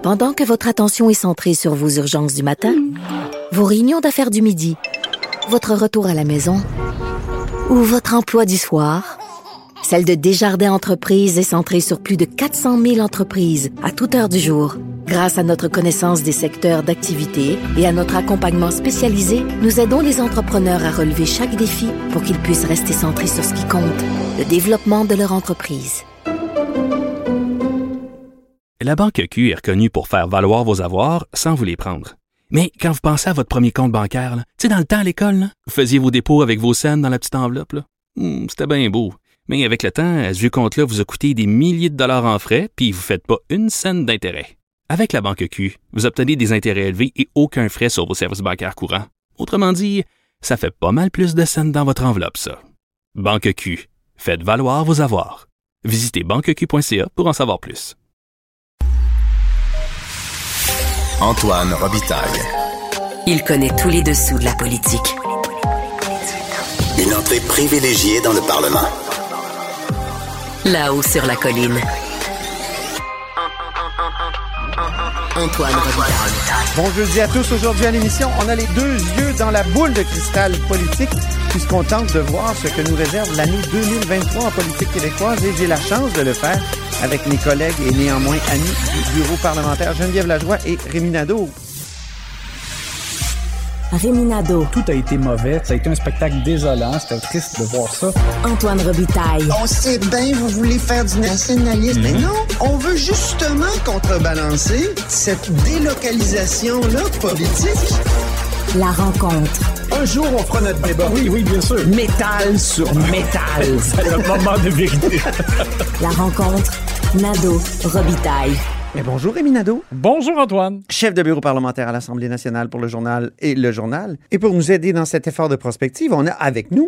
Pendant que votre attention est centrée sur vos urgences du matin, vos réunions d'affaires du midi, votre retour à la maison ou votre emploi du soir, celle de Desjardins Entreprises est centrée sur plus de 400 000 entreprises à toute heure du jour. Grâce à notre connaissance des secteurs d'activité et à notre accompagnement spécialisé, nous aidons les entrepreneurs à relever chaque défi pour qu'ils puissent rester centrés sur ce qui compte, le développement de leur entreprise. La Banque Q est reconnue pour faire valoir vos avoirs sans vous les prendre. Mais quand vous pensez à votre premier compte bancaire, tu sais, dans le temps à l'école, là, vous faisiez vos dépôts avec vos scènes dans la petite enveloppe. C'était bien beau. Mais avec le temps, ce vieux compte-là vous a coûté des milliers de dollars en frais, puis vous ne faites pas une scène d'intérêt. Avec la Banque Q, vous obtenez des intérêts élevés et aucun frais sur vos services bancaires courants. Autrement dit, ça fait pas mal plus de scènes dans votre enveloppe, ça. Banque Q. Faites valoir vos avoirs. Visitez banqueq.ca pour en savoir plus. Antoine Robitaille. Il connaît tous les dessous de la politique. Une entrée privilégiée dans le Parlement. Là-haut sur la colline. Antoine Robitaille. Bon jeudi à tous. Aujourd'hui à l'émission, on a les deux yeux dans la boule de cristal politique puisqu'on tente de voir ce que nous réserve l'année 2023 en politique québécoise et j'ai la chance de le faire avec mes collègues et néanmoins amis du bureau parlementaire Geneviève Lajoie et Rémi Nadeau. Rémi Nadeau. Tout a été mauvais. Ça a été un spectacle désolant. C'était triste de voir ça. Antoine Robitaille. On sait bien, vous voulez faire du nationalisme. Mais non, on veut justement contrebalancer cette délocalisation-là politique. La rencontre. Un jour, on fera notre débat. Oui, bien sûr. Métal sur métal. C'est le moment de vérité. La rencontre. Nadeau. Robitaille. Mais bonjour Rémi Nadeau. Bonjour Antoine. Chef de bureau parlementaire à l'Assemblée nationale pour le journal et le journal. Et pour nous aider dans cet effort de prospective, on a avec nous...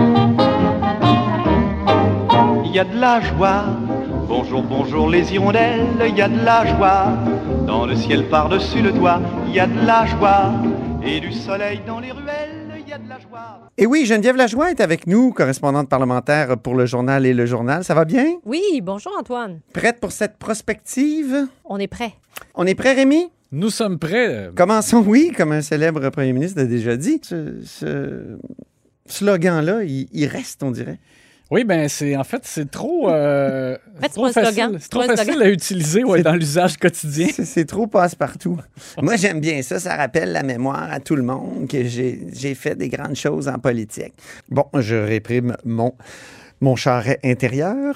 Il y a de la joie, bonjour les hirondelles, il y a de la joie, dans le ciel par-dessus le toit, il y a de la joie, et du soleil dans les ruelles, il y a de la joie. Et oui, Geneviève Lajoie est avec nous, correspondante parlementaire pour le journal et le journal. Ça va bien? Oui, bonjour Antoine. Prête pour cette prospective? On est prêt. On est prêt, Rémi? Nous sommes prêts. Commençons, oui, comme un célèbre premier ministre l'a déjà dit. Ce slogan-là, il reste, on dirait. Oui, bien, c'est trop, trop facile. C'est trop facile à utiliser dans l'usage quotidien. C'est trop passe-partout. Moi, j'aime bien ça. Ça rappelle la mémoire à tout le monde que j'ai fait des grandes choses en politique. Bon, je réprime mon charret intérieur.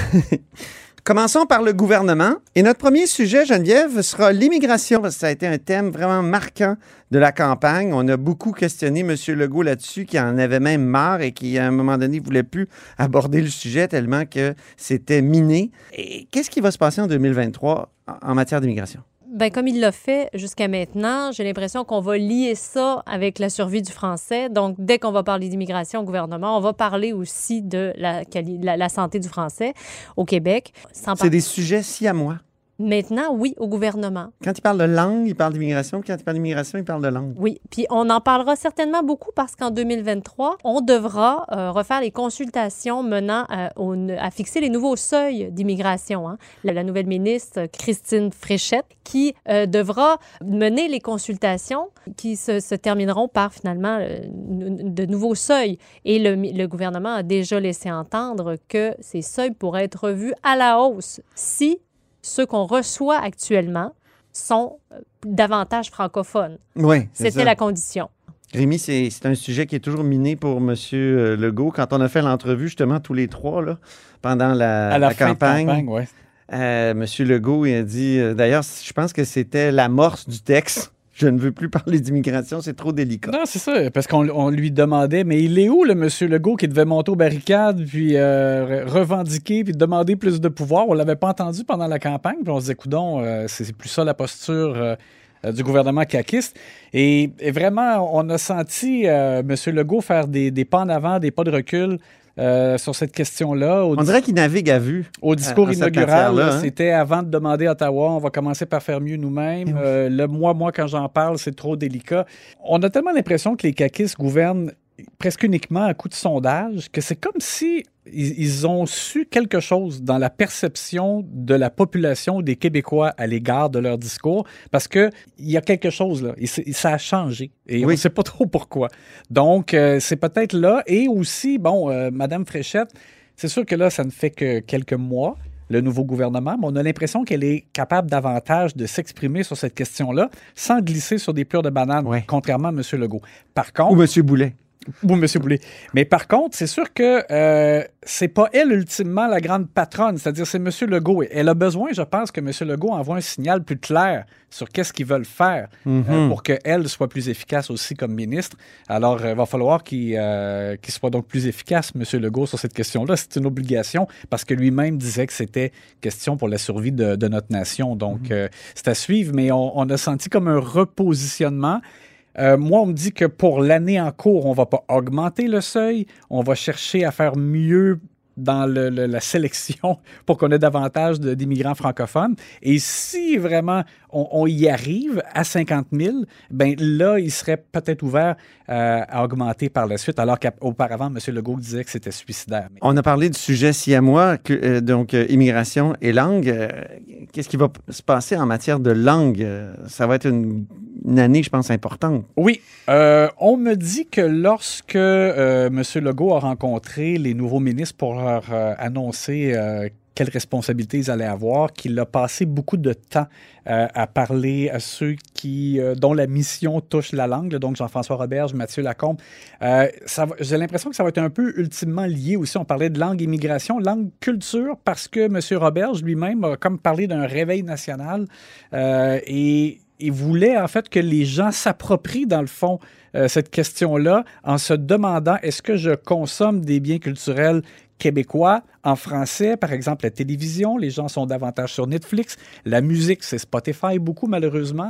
Commençons par le gouvernement. Et notre premier sujet, Geneviève, sera l'immigration, parce que ça a été un thème vraiment marquant de la campagne. On a beaucoup questionné M. Legault là-dessus, qui en avait même marre et qui, à un moment donné, ne voulait plus aborder le sujet tellement que c'était miné. Et qu'est-ce qui va se passer en 2023 en matière d'immigration? Bien, comme il l'a fait jusqu'à maintenant, j'ai l'impression qu'on va lier ça avec la survie du français. Donc, dès qu'on va parler d'immigration au gouvernement, on va parler aussi de la santé du français au Québec. C'est des sujets si à moi. Maintenant, oui, au gouvernement. Quand il parle de langue, il parle d'immigration. Quand il parle d'immigration, il parle de langue. Oui, puis on en parlera certainement beaucoup parce qu'en 2023, on devra refaire les consultations menant à fixer les nouveaux seuils d'immigration. Hein. La nouvelle ministre, Christine Fréchette, qui devra mener les consultations qui se termineront par, finalement, de nouveaux seuils. Et le gouvernement a déjà laissé entendre que ces seuils pourraient être revus à la hausse si ceux qu'on reçoit actuellement sont davantage francophones. Oui, c'était la condition. Rémi, c'est un sujet qui est toujours miné pour M. Legault. Quand on a fait l'entrevue, justement, tous les trois, là, pendant la campagne, ouais. M. Legault, il a dit... d'ailleurs, je pense que c'était l'amorce du texte. Je ne veux plus parler d'immigration, c'est trop délicat. Non, c'est ça, parce qu'on lui demandait, mais il est où le monsieur Legault qui devait monter aux barricades, puis revendiquer, puis demander plus de pouvoir? On l'avait pas entendu pendant la campagne, puis on se disait, coudonc, c'est plus ça la posture du gouvernement caquiste. Et vraiment, on a senti monsieur Legault faire des pas en avant, des pas de recul sur cette question-là. On dirait qu'il navigue à vue. Au discours inaugural, hein? C'était avant de demander à Ottawa, on va commencer par faire mieux nous-mêmes. Moi, quand j'en parle, c'est trop délicat. On a tellement l'impression que les caquistes gouvernent presque uniquement à coup de sondage que c'est comme si ils ont su quelque chose dans la perception de la population des Québécois à l'égard de leur discours, parce qu'il y a quelque chose là, et ça a changé, et on ne sait pas trop pourquoi. Donc, c'est peut-être là, et aussi, Mme Fréchette, c'est sûr que là, ça ne fait que quelques mois, le nouveau gouvernement, mais on a l'impression qu'elle est capable davantage de s'exprimer sur cette question-là sans glisser sur des pleurs de banane, contrairement à M. Legault. Par contre... Ou M. Boulet. Ou M. Boulet. Mais par contre, c'est sûr que c'est pas elle, ultimement, la grande patronne. C'est-à-dire, c'est M. Legault. Elle a besoin, je pense, que M. Legault envoie un signal plus clair sur qu'est-ce qu'ils veulent faire pour qu'elle soit plus efficace aussi comme ministre. Alors, il va falloir qu'il soit donc plus efficace, M. Legault, sur cette question-là. C'est une obligation parce que lui-même disait que c'était question pour la survie de notre nation. Donc, c'est à suivre, mais on a senti comme un repositionnement. Moi, on me dit que pour l'année en cours, on ne va pas augmenter le seuil. On va chercher à faire mieux dans la sélection pour qu'on ait davantage d'immigrants francophones. Et si vraiment on y arrive à 50 000, bien là, il serait peut-être ouvert à augmenter par la suite, alors qu'auparavant, M. Legault disait que c'était suicidaire. On a parlé du sujet siamois, donc immigration et langue. Qu'est-ce qui va se passer en matière de langue? Ça va être une année, je pense, importante. Oui. On me dit que lorsque M. Legault a rencontré les nouveaux ministres pour leur annoncer quelles responsabilités ils allaient avoir, qu'il a passé beaucoup de temps à parler à ceux dont la mission touche la langue, là, donc Jean-François Roberge, Mathieu Lacombe. J'ai l'impression que ça va être un peu ultimement lié aussi. On parlait de langue immigration, langue culture, parce que M. Roberge lui-même a comme parlé d'un réveil national et il voulait en fait que les gens s'approprient dans le fond cette question-là en se demandant est-ce que je consomme des biens culturels québécois en français, par exemple la télévision, les gens sont davantage sur Netflix, la musique c'est Spotify beaucoup malheureusement.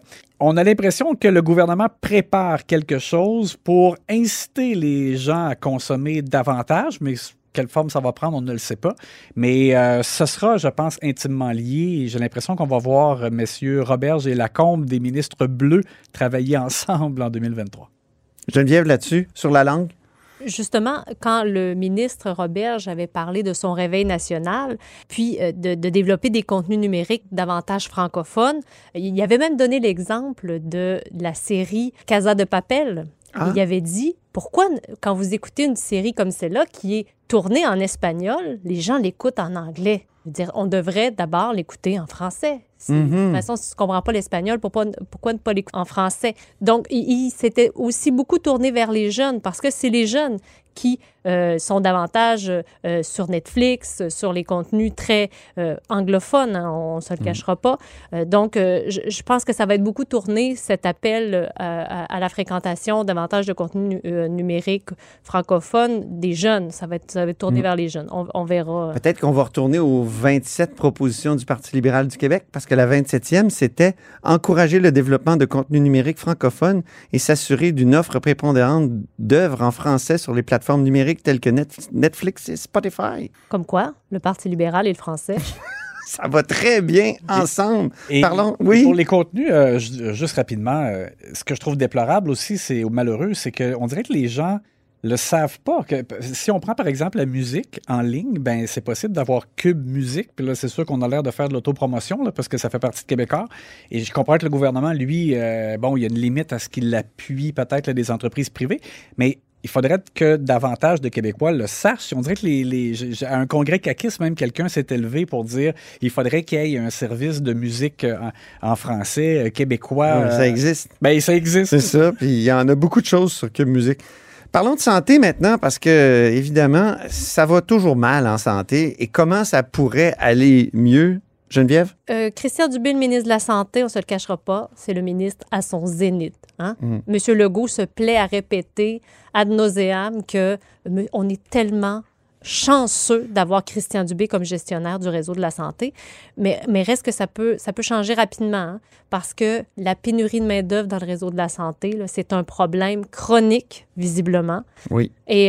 On a l'impression que le gouvernement prépare quelque chose pour inciter les gens à consommer davantage, mais quelle forme ça va prendre, on ne le sait pas. Mais ce sera, je pense, intimement lié. J'ai l'impression qu'on va voir messieurs Roberge et Lacombe, des ministres bleus, travailler ensemble en 2023. Geneviève, là-dessus, sur la langue? Justement, quand le ministre Roberge avait parlé de son réveil national, puis de développer des contenus numériques davantage francophones, il avait même donné l'exemple de la série Casa de Papel. Il avait dit, pourquoi, quand vous écoutez une série comme celle-là, qui est tournée en espagnol, les gens l'écoutent en anglais? Je veux dire, on devrait d'abord l'écouter en français. De toute façon, si tu ne comprends pas l'espagnol, pourquoi ne pas l'écouter en français? Donc, il s'était aussi beaucoup tourné vers les jeunes, parce que c'est les jeunes qui sont davantage sur Netflix, sur les contenus très anglophones, hein, on ne se le cachera pas. Donc, je pense que ça va être beaucoup tourné, cet appel à la fréquentation davantage de contenus numériques francophones des jeunes. Ça va être tourné vers les jeunes. On verra. Peut-être qu'on va retourner aux 27 propositions du Parti libéral du Québec, parce que la 27e, c'était encourager le développement de contenus numériques francophones et s'assurer d'une offre prépondérante d'œuvres en français sur les plateformes numériques telles que Netflix et Spotify. Comme quoi, le Parti libéral et le français. Ça va très bien ensemble. Et parlons. Oui. Pour les contenus, juste rapidement, ce que je trouve déplorable aussi, ou malheureux, c'est qu'on dirait que les gens le savent pas. Si on prend par exemple la musique en ligne, ben c'est possible d'avoir Cube Musique. Puis là, c'est sûr qu'on a l'air de faire de l'autopromotion là, parce que ça fait partie de Québécois. Et je comprends que le gouvernement, lui, il y a une limite à ce qu'il appuie peut-être des entreprises privées. Mais il faudrait que davantage de Québécois le sachent. On dirait que à un congrès caquiste, même quelqu'un s'est élevé pour dire qu'il faudrait qu'il y ait un service de musique en français québécois. Ça existe. Ben, ça existe. C'est ça. Puis il y en a beaucoup de choses sur Cube Musique. Parlons de santé maintenant, parce que, évidemment, ça va toujours mal en santé. Et comment ça pourrait aller mieux? Geneviève? Christian Dubé, le ministre de la Santé, on ne se le cachera pas, c'est le ministre à son zénith. Hein? Monsieur Legault se plaît à répéter ad nauseam qu'on est tellement chanceux d'avoir Christian Dubé comme gestionnaire du réseau de la santé, mais reste que ça peut changer rapidement, hein, parce que la pénurie de main-d'œuvre dans le réseau de la santé, là, c'est un problème chronique, visiblement. Oui. Et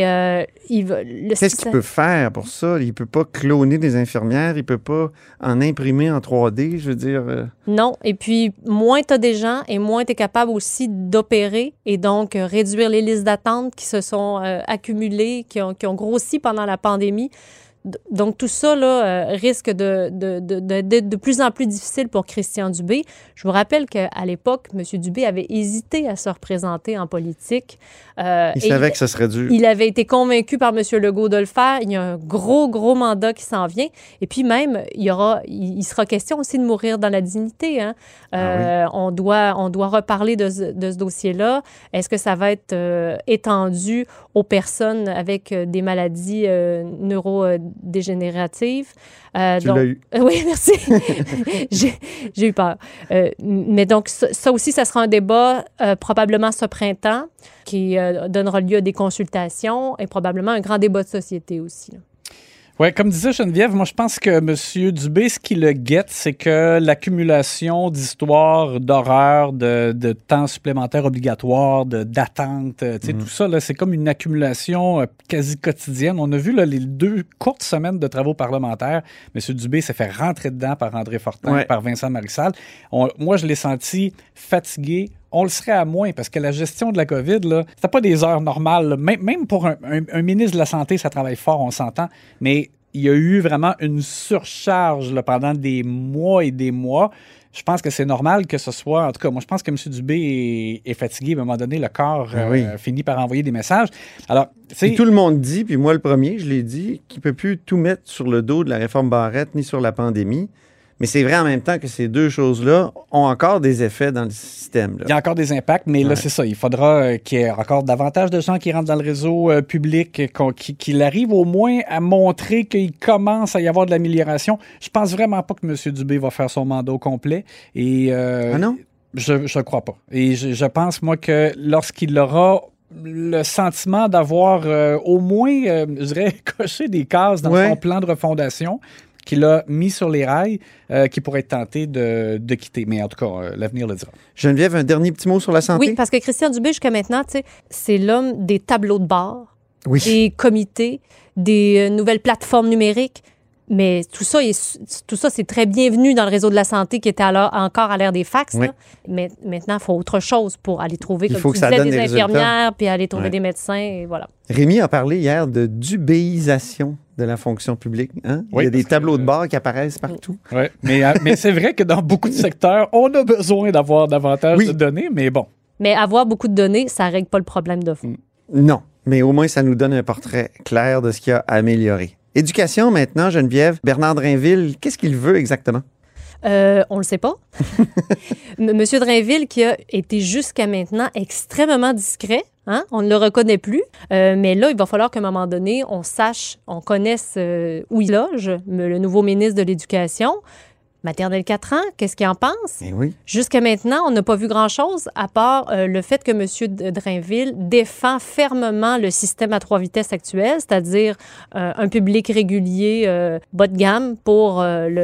qu'est-ce qu'il peut faire pour ça? Il ne peut pas cloner des infirmières, il ne peut pas en imprimer en 3D, je veux dire. Non, et puis moins tu as des gens et moins tu es capable aussi d'opérer et donc réduire les listes d'attente qui se sont accumulées, qui ont grossi pendant la pandémie. Donc, tout ça là, risque d'être de plus en plus difficile pour Christian Dubé. Je vous rappelle qu'à l'époque, M. Dubé avait hésité à se représenter en politique. Il savait que ce serait dur. Il avait été convaincu par M. Legault de le faire. Il y a un gros mandat qui s'en vient. Et puis même, il sera question aussi de mourir dans la dignité. Hein? On doit reparler de ce dossier-là. Est-ce que ça va être étendu aux personnes avec des maladies neurodégénératives? Tu l'as eu. Oui, merci. J'ai eu peur. Mais donc, ça aussi, ça sera un débat probablement ce printemps qui donnera lieu à des consultations et probablement un grand débat de société aussi. Oui, comme disait Geneviève, moi je pense que M. Dubé, ce qui le guette, c'est que l'accumulation d'histoires, d'horreurs, de temps supplémentaire obligatoire, d'attente, tout ça, là, c'est comme une accumulation quasi quotidienne. On a vu là, les 2 courtes semaines de travaux parlementaires. M. Dubé s'est fait rentrer dedans par André Fortin, par Vincent Marissal. Moi, je l'ai senti fatigué. On le serait à moins parce que la gestion de la COVID, là, c'était pas des heures normales. Là. Même pour un ministre de la Santé, ça travaille fort, on s'entend. Mais il y a eu vraiment une surcharge là, pendant des mois et des mois. Je pense que c'est normal que ce soit... En tout cas, moi, je pense que M. Dubé est fatigué. À un moment donné, le corps finit par envoyer des messages. Alors, tout le monde dit, puis moi le premier, je l'ai dit, qu'il ne peut plus tout mettre sur le dos de la réforme Barrette ni sur la pandémie. Mais c'est vrai en même temps que ces 2 choses-là ont encore des effets dans le système. Là. Il y a encore des impacts, mais là, c'est ça. Il faudra qu'il y ait encore davantage de gens qui rentrent dans le réseau public, qu'il arrive au moins à montrer qu'il commence à y avoir de l'amélioration. Je pense vraiment pas que M. Dubé va faire son mandat au complet. Et, non? Je ne crois pas. Et je pense, moi, que lorsqu'il aura le sentiment d'avoir au moins, je dirais, coché des cases dans son plan de refondation, qu'il a mis sur les rails, qui pourrait être tenté de quitter. Mais en tout cas, l'avenir le dira. Geneviève, un dernier petit mot sur la santé? Oui, parce que Christian Dubé, jusqu'à maintenant, c'est l'homme des tableaux de bord, des comités, des nouvelles plateformes numériques. Mais tout ça, c'est très bienvenu dans le réseau de la santé qui était encore à l'ère des fax. Là. Mais maintenant, il faut autre chose pour aller trouver, comme tu disais, des infirmières, puis aller trouver des médecins, et voilà. Rémi a parlé hier de dubéisation de la fonction publique. Hein? Il y a des tableaux de bord qui apparaissent partout. Oui, mais c'est vrai que dans beaucoup de secteurs, on a besoin d'avoir davantage de données, mais bon. Mais avoir beaucoup de données, ça ne règle pas le problème de fond. Non, mais au moins, ça nous donne un portrait clair de ce qu'il y a à améliorer. Éducation, maintenant, Geneviève. Bernard Drainville, qu'est-ce qu'il veut exactement? On le sait pas. Monsieur Drainville, qui a été jusqu'à maintenant extrêmement discret, hein? On ne le reconnaît plus. Mais là, il va falloir qu'à un moment donné, on connaisse où il loge, le nouveau ministre de l'Éducation. Maternelle 4 ans, qu'est-ce qu'il en pense? Jusqu'à maintenant, on n'a pas vu grand-chose, à part le fait que M. Drainville défend fermement le système à 3 vitesses actuel, c'est-à-dire un public régulier bas de gamme pour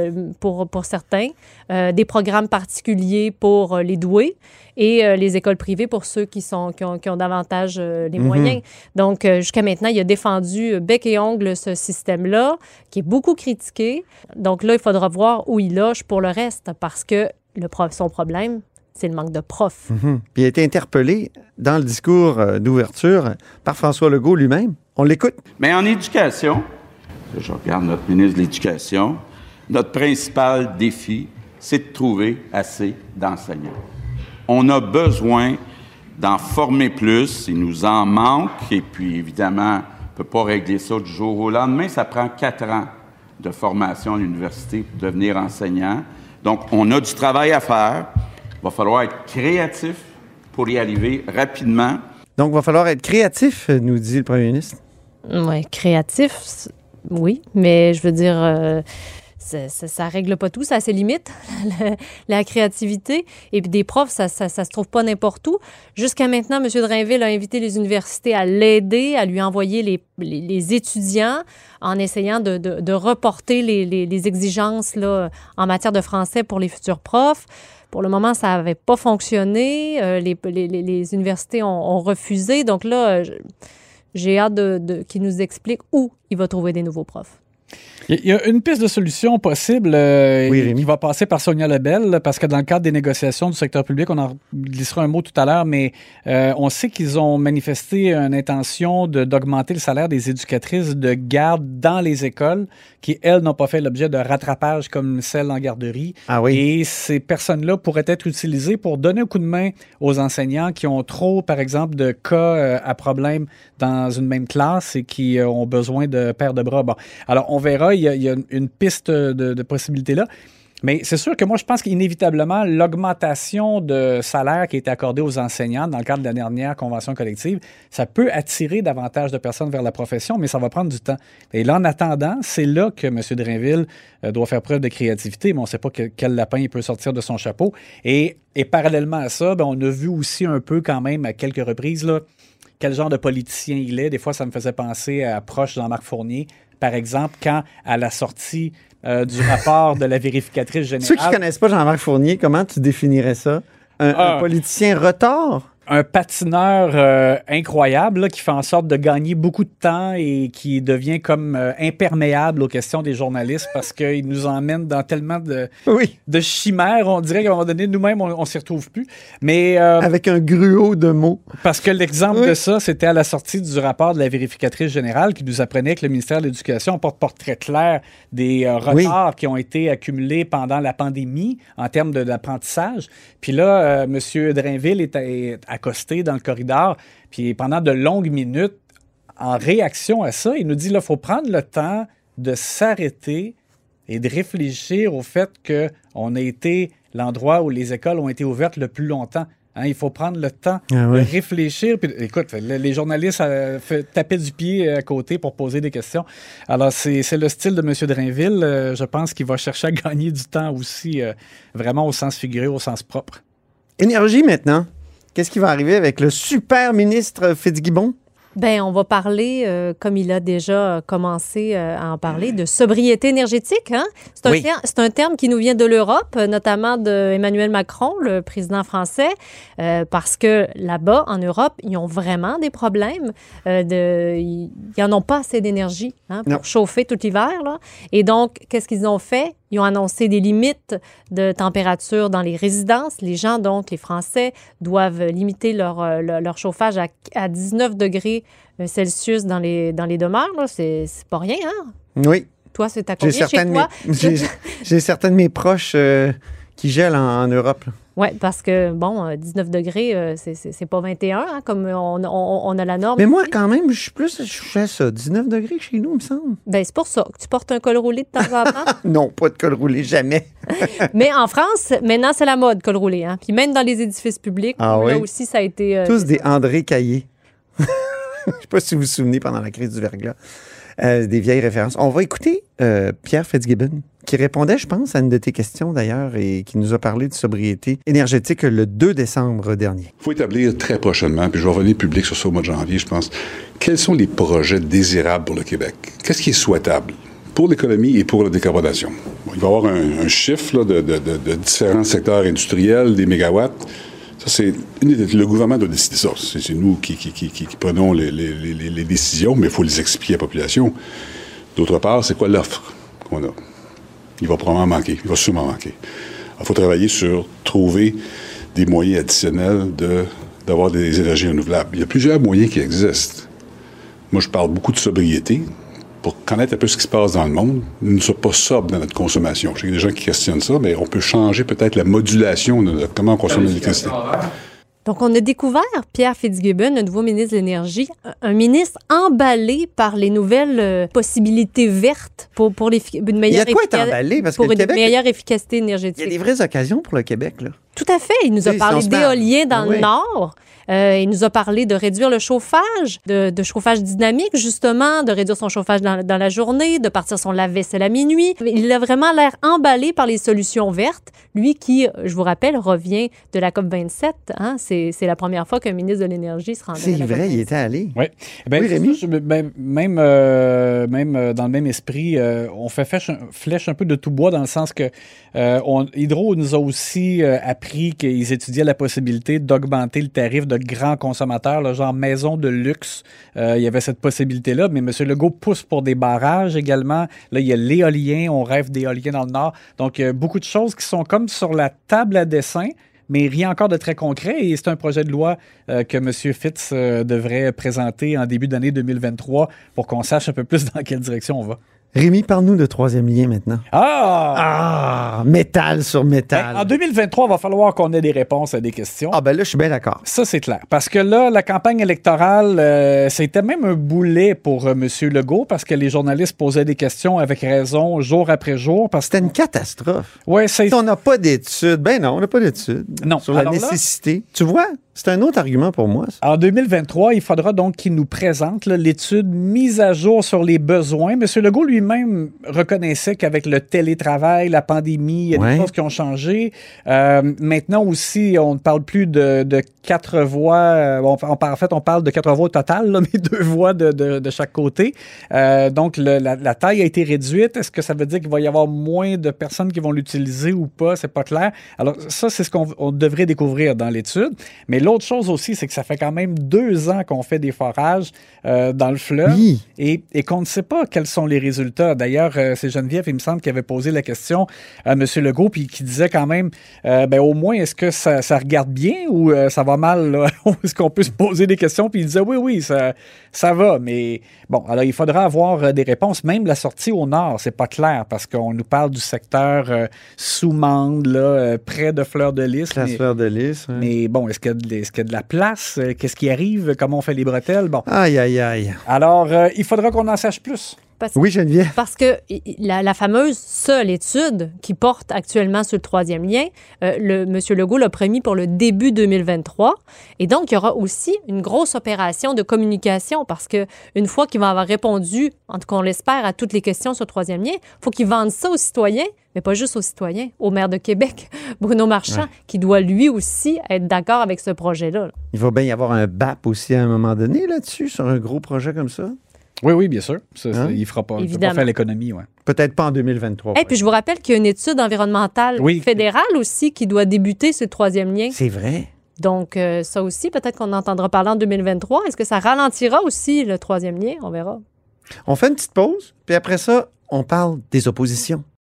certains, des programmes particuliers pour les doués et les écoles privées pour ceux qui ont davantage les moyens. Donc, jusqu'à maintenant, il a défendu bec et ongle ce système-là, qui est beaucoup critiqué. Donc là, il faudra voir où il loge pour le reste, parce que son problème, c'est le manque de profs. Puis il a été interpellé dans le discours d'ouverture par François Legault lui-même. On l'écoute. Mais en éducation, je regarde notre ministre de l'Éducation, notre principal défi, c'est de trouver assez d'enseignants. On a besoin d'en former plus, il nous en manque, et puis évidemment, on ne peut pas régler ça du jour au lendemain. Ça prend 4 ans de formation à l'université pour devenir enseignant. Donc, on a du travail à faire. Il va falloir être créatif pour y arriver rapidement. Donc, il va falloir être créatif, nous dit le premier ministre. Oui, créatif, oui, mais je veux dire... Ça règle pas tout, ça a ses limites, la créativité. Et puis des profs, ça se trouve pas n'importe où. Jusqu'à maintenant, M. Drainville a invité les universités à l'aider, à lui envoyer les étudiants en essayant de reporter les exigences là, en matière de français pour les futurs profs. Pour le moment, ça n'avait pas fonctionné. Les universités ont refusé. Donc là, j'ai hâte qu'il nous explique où il va trouver des nouveaux profs. Il y a une piste de solution possible qui va passer par Sonia Lebel, parce que dans le cadre des négociations du secteur public, on en glissera un mot tout à l'heure, mais on sait qu'ils ont manifesté une intention d'augmenter le salaire des éducatrices de garde dans les écoles, qui, elles, n'ont pas fait l'objet de rattrapage comme celles en garderie. Ah oui. Et ces personnes-là pourraient être utilisées pour donner un coup de main aux enseignants qui ont trop, par exemple, de cas à problème dans une même classe et qui ont besoin de paires de bras. Bon, alors on verra. Il y a une piste de possibilités là. Mais c'est sûr que moi, je pense qu'inévitablement, l'augmentation de salaire qui a été accordée aux enseignants dans le cadre de la dernière convention collective, ça peut attirer davantage de personnes vers la profession, mais ça va prendre du temps. Et là, en attendant, c'est là que M. Drainville doit faire preuve de créativité, mais on ne sait pas quel lapin il peut sortir de son chapeau. Et parallèlement à ça, on a vu aussi un peu quand même à quelques reprises là, quel genre de politicien il est. Des fois, ça me faisait penser à proche Jean-Marc Fournier, par exemple, quand à la sortie du rapport de la vérificatrice générale... Ceux qui ne connaissent pas Jean-Marc Fournier, comment tu définirais ça? Un politicien retard? Un patineur incroyable là, qui fait en sorte de gagner beaucoup de temps et qui devient comme imperméable aux questions des journalistes parce qu'il nous emmène dans tellement de chimères. On dirait qu'à un moment donné, nous-mêmes, on ne s'y retrouve plus. Mais, avec un gruau de mots. Parce que l'exemple de ça, c'était à la sortie du rapport de la vérificatrice générale qui nous apprenait que le ministère de l'Éducation porte portrait clair des retards qui ont été accumulés pendant la pandémie en termes d'apprentissage. Puis là, M. Drainville est accosté dans le corridor, puis pendant de longues minutes, en réaction à ça, il nous dit, là, il faut prendre le temps de s'arrêter et de réfléchir au fait qu'on a été l'endroit où les écoles ont été ouvertes le plus longtemps. Hein, il faut prendre le temps de réfléchir. Puis, écoute, les journalistes tapaient du pied à côté pour poser des questions. Alors, c'est le style de M. Drainville. Je pense qu'il va chercher à gagner du temps aussi, vraiment au sens figuré, au sens propre. Énergie maintenant. Qu'est-ce qui va arriver avec le super ministre Fitzgibbon? Bien, on va parler, comme il a déjà commencé à en parler, de sobriété énergétique. Hein? C'est un terme qui nous vient de l'Europe, notamment d'Emmanuel Macron, le président français, parce que là-bas, en Europe, ils ont vraiment des problèmes. Ils n'en ont pas assez d'énergie pour chauffer tout l'hiver. Là. Et donc, qu'est-ce qu'ils ont fait? Ils ont annoncé des limites de température dans les résidences. Les gens, donc, les Français, doivent limiter leur chauffage à 19 degrés Celsius dans les demeures. Là. C'est pas rien, hein? Oui. Toi, c'est à combien chez toi? J'ai certains de mes proches qui gèlent en Europe. Oui, parce que, 19 degrés, c'est pas 21, hein, comme on a la norme. Mais moi, quand même, je fais ça. 19 degrés chez nous, il me semble. Bien, c'est pour ça que tu portes un col roulé de temps en temps. Non, pas de col roulé, jamais. Mais en France, maintenant, c'est la mode, col roulé. Hein? Puis même dans les édifices publics, là aussi, ça a été... Tous des André Caillé. Je ne sais pas si vous vous souvenez pendant la crise du verglas. Des vieilles références. On va écouter Pierre Fitzgibbon, qui répondait, je pense, à une de tes questions d'ailleurs et qui nous a parlé de sobriété énergétique le 2 décembre dernier. Il faut établir très prochainement, puis je vais revenir public sur ça au mois de janvier, je pense, quels sont les projets désirables pour le Québec? Qu'est-ce qui est souhaitable pour l'économie et pour la décarbonation? Bon, il va y avoir un chiffre là, de différents secteurs industriels, des mégawatts. Ça, c'est le gouvernement doit décider ça. C'est nous qui prenons les décisions, mais il faut les expliquer à la population. D'autre part, c'est quoi l'offre qu'on a? Il va probablement manquer. Il va sûrement manquer. Il faut travailler sur trouver des moyens additionnels d'avoir des énergies renouvelables. Il y a plusieurs moyens qui existent. Moi, je parle beaucoup de sobriété pour connaître un peu ce qui se passe dans le monde. Nous ne sommes pas sobres dans notre consommation. Je sais qu'il y a des gens qui questionnent ça, mais on peut changer peut-être la modulation de comment on consomme l'électricité. Donc, on a découvert Pierre Fitzgibbon, le nouveau ministre de l'Énergie, un ministre emballé par les nouvelles possibilités vertes pour une meilleure, meilleure efficacité énergétique. Il y a des vraies occasions pour le Québec, là. Tout à fait. Il nous a parlé d'éolien dans le Nord. Il nous a parlé de réduire le chauffage, de chauffage dynamique, justement, de réduire son chauffage dans la journée, de partir son lave-vaisselle à minuit. Il a vraiment l'air emballé par les solutions vertes. Lui qui, je vous rappelle, revient de la COP27. Hein? C'est la première fois qu'un ministre de l'Énergie se rendait à la COP27. C'est vrai, il était allé. Oui. Oui, Rémi? Même dans le même esprit, on fait flèche un peu de tout bois dans le sens que Hydro nous a aussi appris appris qu'ils étudiaient la possibilité d'augmenter le tarif de grands consommateurs, là, genre maison de luxe. Il y avait cette possibilité-là, mais M. Legault pousse pour des barrages également. Là, il y a l'éolien, on rêve d'éolien dans le Nord. Donc, beaucoup de choses qui sont comme sur la table à dessin, mais rien encore de très concret. Et c'est un projet de loi que M. Fitz devrait présenter en début d'année 2023 pour qu'on sache un peu plus dans quelle direction on va. Rémi, parle-nous de troisième lien maintenant. Métal sur métal. En 2023, il va falloir qu'on ait des réponses à des questions. Là, je suis bien d'accord. Ça, c'est clair. Parce que là, la campagne électorale, c'était même un boulet pour M. Legault parce que les journalistes posaient des questions avec raison jour après jour. C'était une catastrophe. Ouais, on n'a pas d'études. Ben non, on n'a pas d'études. Non. Sur la nécessité. Là, tu vois, c'est un autre argument pour moi. Ça. En 2023, il faudra donc qu'il nous présente l'étude mise à jour sur les besoins. M. Legault lui-même reconnaissait qu'avec le télétravail, la pandémie, il y a des choses qui ont changé. Maintenant aussi, on ne parle plus de 4 voix. En fait, on parle de 4 voix au total, là, mais 2 voix de chaque côté. Donc, la taille a été réduite. Est-ce que ça veut dire qu'il va y avoir moins de personnes qui vont l'utiliser ou pas? C'est pas clair. Alors, ça, c'est ce qu'on devrait découvrir dans l'étude. Mais l'autre chose aussi, c'est que ça fait quand même 2 ans qu'on fait des forages dans le fleuve et qu'on ne sait pas quels sont les résultats. D'ailleurs, c'est Geneviève, il me semble, qui avait posé la question à M. Legault puis qui disait quand même, au moins, est-ce que ça regarde bien ou ça va mal? Là? Est-ce qu'on peut se poser des questions? Puis il disait, oui, ça va. Mais bon, alors il faudra avoir des réponses. Même la sortie au nord, c'est pas clair parce qu'on nous parle du secteur sous Mende, là, près de Fleur-de-Lys. Fleur-de-Lys. Oui. Mais bon, est-ce qu'il y a de la place? Qu'est-ce qui arrive? Comment on fait les bretelles? Bon. Aïe. Alors, il faudra qu'on en sache plus. Oui, Geneviève. Parce que la fameuse seule étude qui porte actuellement sur le troisième lien, M. Legault l'a promis pour le début 2023. Et donc, il y aura aussi une grosse opération de communication parce qu'une fois qu'il va avoir répondu, en tout cas, on l'espère, à toutes les questions sur le troisième lien, il faut qu'il vende ça aux citoyens, mais pas juste aux citoyens, au maire de Québec, Bruno Marchand, qui doit lui aussi être d'accord avec ce projet-là. Il va bien y avoir un BAP aussi à un moment donné là-dessus, sur un gros projet comme ça. Oui, bien sûr. Il ne fera pas faire l'économie. Ouais. Peut-être pas en 2023. Puis je vous rappelle qu'il y a une étude environnementale fédérale aussi qui doit débuter sur le troisième lien. C'est vrai. Donc, ça aussi, peut-être qu'on entendra parler en 2023. Est-ce que ça ralentira aussi le troisième lien? On verra. On fait une petite pause, puis après ça, on parle des oppositions.